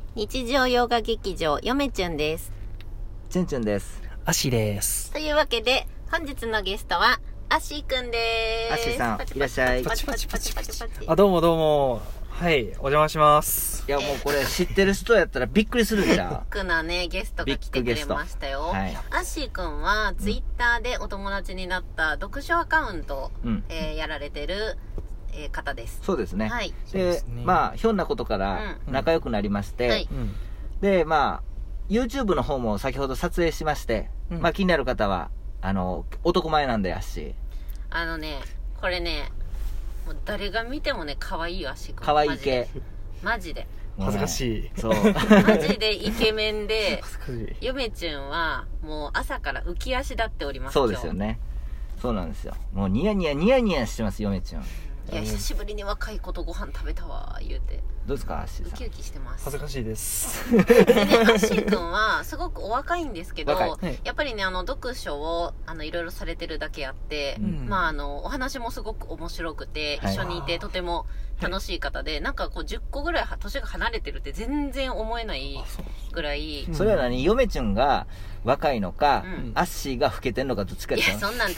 日常洋画劇場よめちゅんです。 ちゅんちゅんです。 アシです。 というわけで本日のゲストはアッシーくんです。 アッシーさんいらっしゃい。 パチパチパチパチ。あ、どうもどうも。はい、お邪魔します。 いやもうこれ知ってる人やったらびっくりするんじゃん。 ビッグなねゲストが来てくれましたよ。はい、アッシーくんはツイッターでお友達になった読書アカウント、やられてる方です。 そうですね。 はい。 で、まあひょんなことから仲良くなりまして、はい、でまあ YouTube の方も先ほど撮影しまして、まあ気になる方は男前なんでアッシー。 これね、もう誰が見てもね可愛いよアッシーくん。 可愛い系。 マジで。 恥ずかしい。 そう。 マジでイケメンで、ゆめちゅんはもう朝から浮き足立っております。 そうですよね。そうなんですよ。もうニヤニヤニヤニヤしてますよめちゅん。 いや久しぶりに若い子とご飯食べたわ言うて。 どうですかアッシーさん。 ウキウキしてます。 恥ずかしいです。 でね、アッシーくんはすごくお若いんですけど、やっぱりね読書をいろいろされてるだけあって、まあお話もすごく面白くて、一緒にいてとても楽しい方で、なんかこう10個ぐらい年が離れてるって全然思えないぐらい。 それは何、嫁ちゅんが若いのか、アッシーが老けてんのかどっちかって。 いやそんなん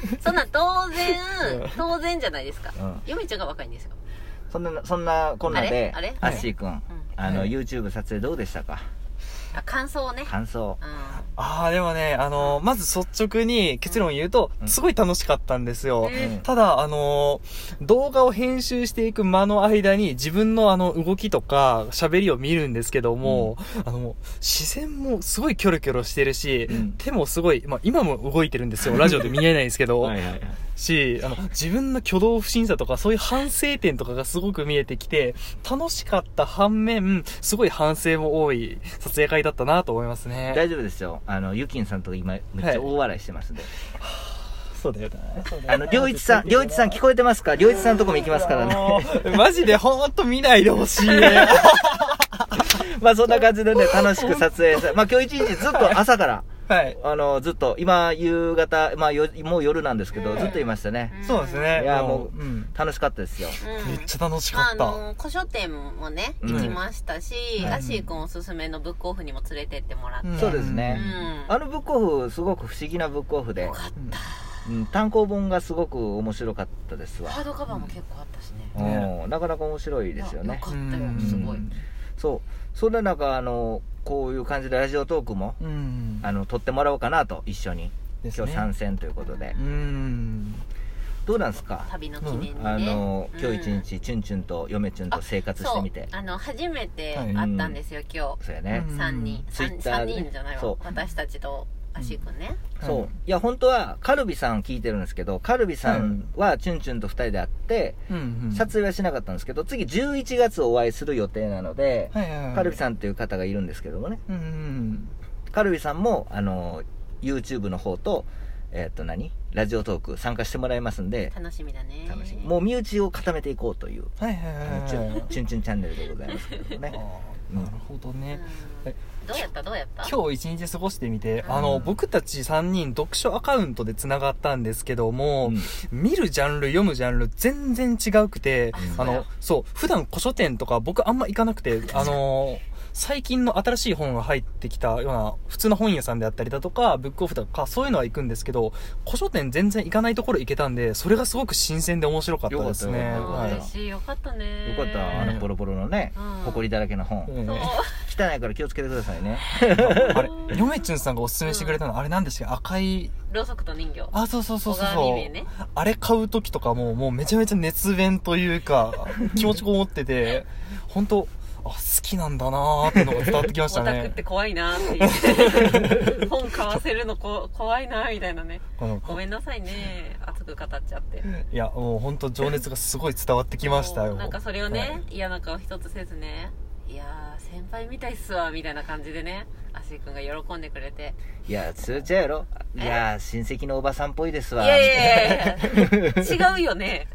当然じゃないですか。嫁ちゃんが若いんですよ。 そんなこんなでアッシーくん、YouTube 撮影どうでしたか？ 感想をね。 感想。 でもね、まず率直に結論を言うと、すごい楽しかったんですよ。ただ、動画を編集していく間の間に自分の動きとか喋りを見るんですけども、視線もすごいキョロキョロしてるし、手もすごい、まあ今も動いてるんですよ。ラジオで見えないんですけど。自分の挙動不審さとかそういう反省点とかがすごく見えてきて楽しかった反面すごい反省も多い撮影会だったなと思いますね。 大丈夫ですよ。ゆきんさんとか今めっちゃ大笑いしてますんで、 そうだよね。 良一さん聞こえてますか？良一さんのとこも行きますからね。 マジでほんと見ないでほしい。 まあそんな感じでね楽しく撮影して、まあ今日一日ずっと朝からはい、ずっと今夕方、まあもう夜なんですけど、ずっといましたね。 そうですね。 いやもう、楽しかったですよ。 めっちゃ楽しかった。 古書店もね行きましたし、アシー君おすすめのブックオフにも連れてってもらって、 そうですね。ブックオフすごく不思議なブックオフで、よかった。単行本がすごく面白かったですわ。 ハードカバーも結構あったしね。 なかなか面白いですよね。 よかったよ、すごい。 そんな中こういう感じでラジオトークも撮ってもらおうかなと一緒に今日参戦ということで。どうなんですか？ 旅の記念にね。 今日一日チュンチュンと嫁チュンと生活してみて。 初めて会ったんですよ今日。 そうやね。 3人じゃないわ。私たちとアシーくんね。 そう。いや本当はカルビさん聞いてるんですけど、カルビさんはチュンチュンと2人で会って撮影はしなかったんですけど、次11月お会いする予定なので、カルビさんっていう方がいるんですけどもね。カルビさんもYouTube の方とラジオトーク参加してもらいますんで、 楽しみだね。 もう身内を固めていこうというチュンチュンチャンネルでございますけどね。 なるほどね。 どうやった今日一日過ごしてみて、僕たち3人読書アカウントでつながったんですけども、見るジャンル読むジャンル全然違うくて、普段古書店とか僕あんま行かなくて、最近の新しい本が入ってきたような普通の本屋さんであったりだとかブックオフとかそういうのは行くんですけど、古書店全然行かないところ行けたんで、それがすごく新鮮で面白かったですね。 嬉しい。よかったね。 よかった。ボロボロのね埃だらけの本、汚いから気をつけてくださいね。 あれヨメチュンさんがおすすめしてくれたのあれなんですか？赤いろうそくと人形。 そうあれ買う時とかもうめちゃめちゃ熱弁というか気持ちこもってて本当好きなんだなーってのが伝わってきましたね。 オタクって怖いなーっていう本買わせるの怖いなーみたいなね。ごめんなさいね、熱く語っちゃって。 いやもう本当情熱がすごい伝わってきましたよ。 なんかそれをね、嫌な顔一つせずね、いやー先輩みたいっすわみたいな感じでね、アシーくんが喜んでくれて、 いや通じゃやろ、いや親戚のおばさんっぽいですわ。 いや違うよね。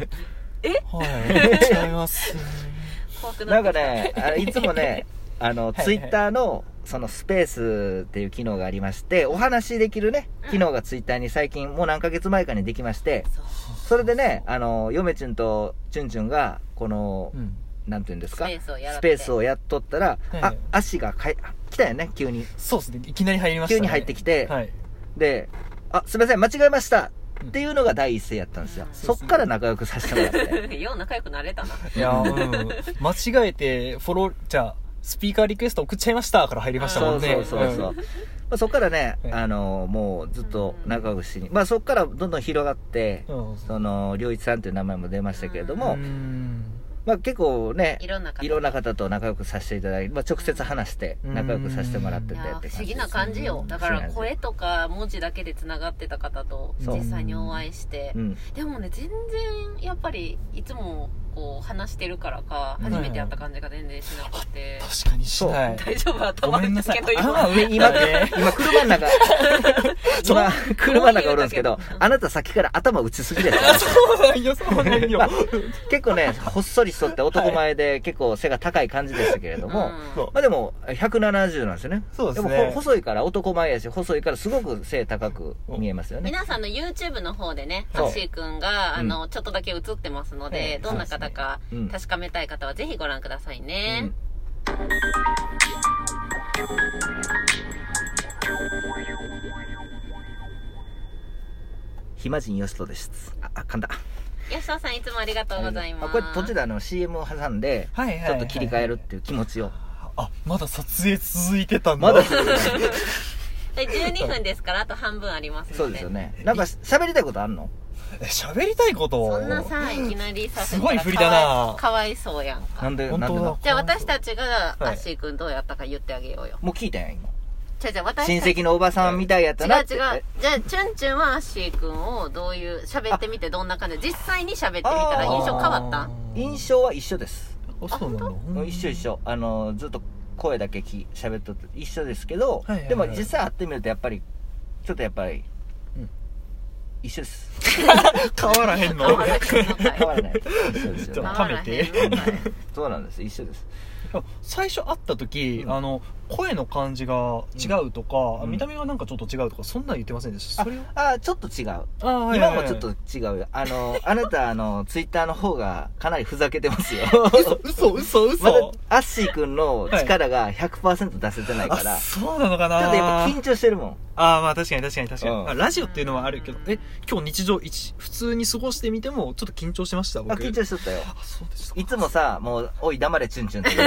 違いますなんかね、いつもねツイッターのそのスペースっていう機能がありまして、お話しできるね機能がツイッターに最近もう何ヶ月前かにできまして、それでね嫁ちゅんとチュンチュンがこのなんていうんですか、 スペースをやっとったら、足が来たよね、急に。 そうですね、いきなり入りましたね。 急に入ってきて、で、すいません、間違えましたっていうのが第一声やったんですよ。そっから仲良くさせてもらって。 よう仲良くなれたな。 いや、間違えて、じゃあ、スピーカーリクエスト送っちゃいましたから入りましたもんね。 そうそっからね、もうずっと仲良くしに、そっからどんどん広がって、良一さんという名前も出ましたけれども、結構ね、いろんな方と仲良くさせていただいて、直接話して仲良くさせてもらっててって感じです。 不思議な感じよ。だから声とか文字だけでつながってた方と実際にお会いして、でもね、全然やっぱりいつもこう話してるからか、初めて会った感じが全然しなくて。 確かにしない。 大丈夫、頭ごめんなさい。 今車の中車の中おるんですけど、あなたさっきから頭打ちすぎですよ。 そうなんよ。 結構ね、ほっそりしとって男前で結構背が高い感じでしたけれども、でも170なんですよね。 そうですね。 でも細いから男前やし、細いからすごく背高く見えますよね。 皆さんの YouTube の方でね、アッシーくんがちょっとだけ映ってますので、どんな方か確かめたい方はぜひご覧くださいね。 暇人よしとです。噛んだ。 吉田さんいつもありがとうございます。 これ途中でCM を挟んでちょっと切り替えるっていう気持ちを。 まだ撮影続いてたんだ。 まだ続いてた。12分ですからあと半分ありますので。 そうですよね。なんか喋りたいことあんの？ 喋りたいこと？ そんなさ、いきなりさ、 すごい振りだな。 かわいそうやんか。 なんでじゃあ私たちがアッシーくんどうやったか言ってあげようよ。 もう聞いたやん今。 親戚のおばさんみたいやったなって。 違う。じゃあチュンチュンはアッシーくんをどういう喋ってみてどんな感じで、実際に喋ってみたら印象変わった？ 印象は一緒です。 そうなの？ 一緒。ずっと声だけ喋っとって一緒ですけど、でも実際会ってみるとやっぱりちょっと一緒です。 変わらへんの？ 変わらない。一緒ですよ。 食べて。 そうなんです。一緒です。 最初会った時、声の感じが違うとか、見た目がなんかちょっと違うとか、そんなん言ってませんでした？それちょっと違う。今もちょっと違うよ。あなたツイッターの方がかなりふざけてますよ。 嘘。 まだアッシーくんの力が 100% 出せてないから。 そうなのかな。 ちょっとやっぱ緊張してるもん。 確かに。ラジオっていうのはあるけど、今日日常普通に過ごしてみてもちょっと緊張してました？僕緊張しとったよ。 そうですか。 いつもさ、もうおい黙れチュンチュンって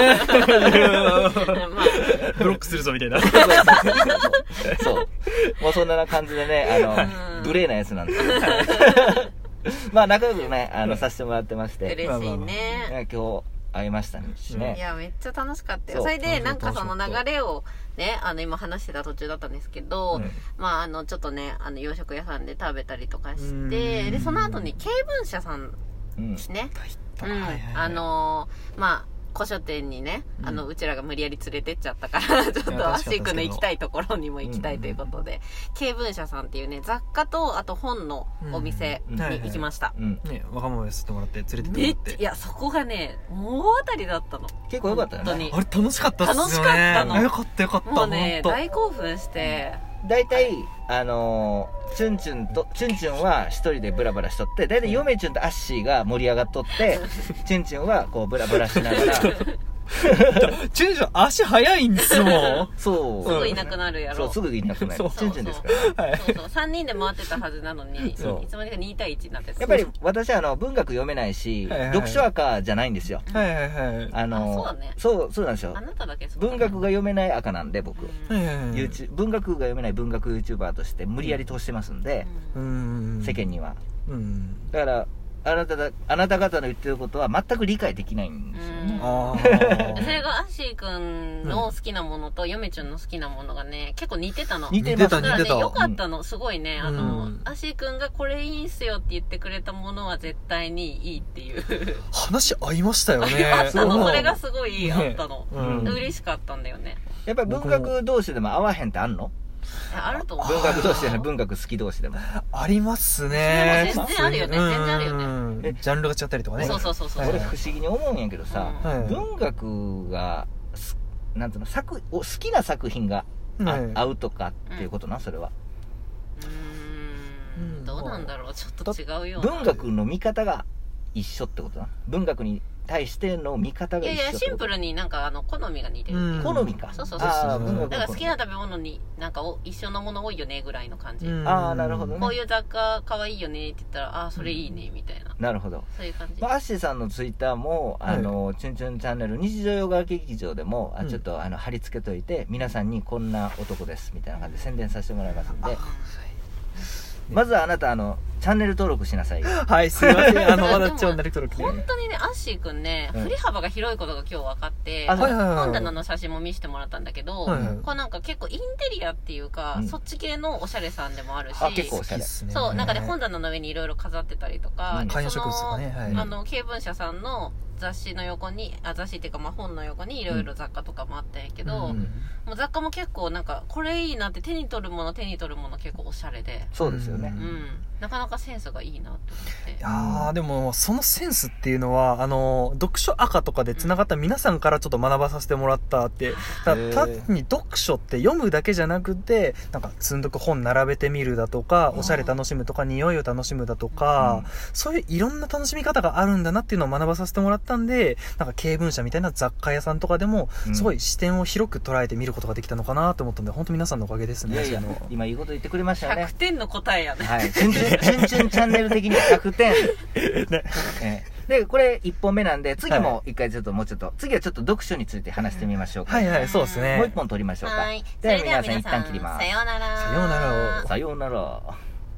ブロックするぞみたいな。 そう。もうそんな感じでね、無礼なやつなんですよ。仲良くね、させてもらってまして。 嬉しいね。 今日会いましたしね。 いや、めっちゃ楽しかったよ。それで、なんかその流れをね、今話してた途中だったんですけど、ちょっとね、洋食屋さんで食べたりとかして、で、その後に経文社さんですね。古書店にね、うちらが無理やり連れてっちゃったから、ちょっとアッシーくんの行きたいところにも行きたいということで、経文社さんっていうね、雑貨と、あと本のお店に行きました。 若者に吸ってもらって、連れてってもらって。 いや、そこがね、大当たりだったの。 結構良かったよね。 あれ楽しかったっすよね。 楽しかったの。 よかった。 もうね、大興奮して、 大体、チュンチュンは一人でブラブラしとって、大体嫁チュンとアッシーが盛り上がっとって、チュンチュンはこうブラブラしながら、 チュンチュン足早いんですもん。 そう。 すぐいなくなるやろ。 そう、すぐいなくなる。チュンチュンですから。 そう。3人で回ってたはずなのに、いつの間にか2対1になってた。 やっぱり私は文学読めないし、読書赤じゃないんですよ。 そうだね。 そうなんですよ。 あなただけ文学が読めない赤なんで、僕。文学が読めない文学 YouTuber として無理やり通してますんで、世間には。だから、あなた方の言ってることは全く理解できないんですよね。 それがアッシーくんの好きなものとヨメちゃんの好きなものがね、結構似てたの。 似てた。 だからね、よかったの。すごいね、アッシーくんがこれいいんすよって言ってくれたものは絶対にいいっていう。 話合いましたよね。 それがすごいあったの。嬉しかったんだよね。 やっぱり文学同士でも合わへんってあんの？ あると思う。 文学同士で文学好き同士でもありますね。 全然あるよね。 ジャンルが違ったりとかね。 そう。 俺不思議に思うんやけどさ、文学がなんていうの、好きな作品が合うとかっていうことな、それは。 どうなんだろう、ちょっと違うよ。 文学の見方が一緒ってことな。文学に対しての見方が一緒。 いやいや、シンプルになんか好みが似てる。 好みか。 そうそうそう。だから好きな食べ物になんか一緒のもの多いよねぐらいの感じ。 ああ、なるほどね。 こういう雑貨可愛いよねって言ったら、ああ、それいいねみたいな。 なるほど。 そういう感じ。 アッシーさんのツイッターも、チュンチュンチャンネル、日常ヨガ劇場でも、ちょっと貼り付けといて、皆さんにこんな男ですみたいな感じで宣伝させてもらいますんで。まずはあなたチャンネル登録しなさい。 はい、すいません。まだチャンネル登録で。 本当にね、アッシーくんね、振り幅が広いことが今日分かって、本棚の写真も見せてもらったんだけど、こうなんか結構インテリアっていうか、そっち系のおしゃれさんでもあるし、 結構おしゃれ。 そう、なんかね、本棚の上にいろいろ飾ってたりとか、 観葉植物とかね、 経文社さんの雑誌の横に、雑誌っていうか本の横にいろいろ雑貨とかもあったんやけど、もう雑貨も結構なんか、これいいなって手に取るもの結構おしゃれで。 そうですよね。 なかなかセンスがいいなと思って。 いやー、でも、そのセンスっていうのは、読書赤とかで繋がった皆さんからちょっと学ばさせてもらったって、単に読書って読むだけじゃなくて、なんか積んどく本並べてみるだとか、おしゃれ楽しむとか、匂いを楽しむだとか、そういういろんな楽しみ方があるんだなっていうのを学ばさせてもらったんで、なんか経文社みたいな雑貨屋さんとかでも、すごい視点を広く捉えて見ることができたのかなと思ったんで、本当皆さんのおかげですね。 いやいや、今いいこと言ってくれましたよね。 100点の答えやね。 はい。チュンチュンチャンネル的には100点。で、これ1本目なんで、次も一回ちょっともうちょっと、次はちょっと読書について話してみましょうか。 はいはい、そうですね。 もう1本取りましょうか。 はい。 では皆さん一旦切ります。 さようなら。 さようなら。 さようなら。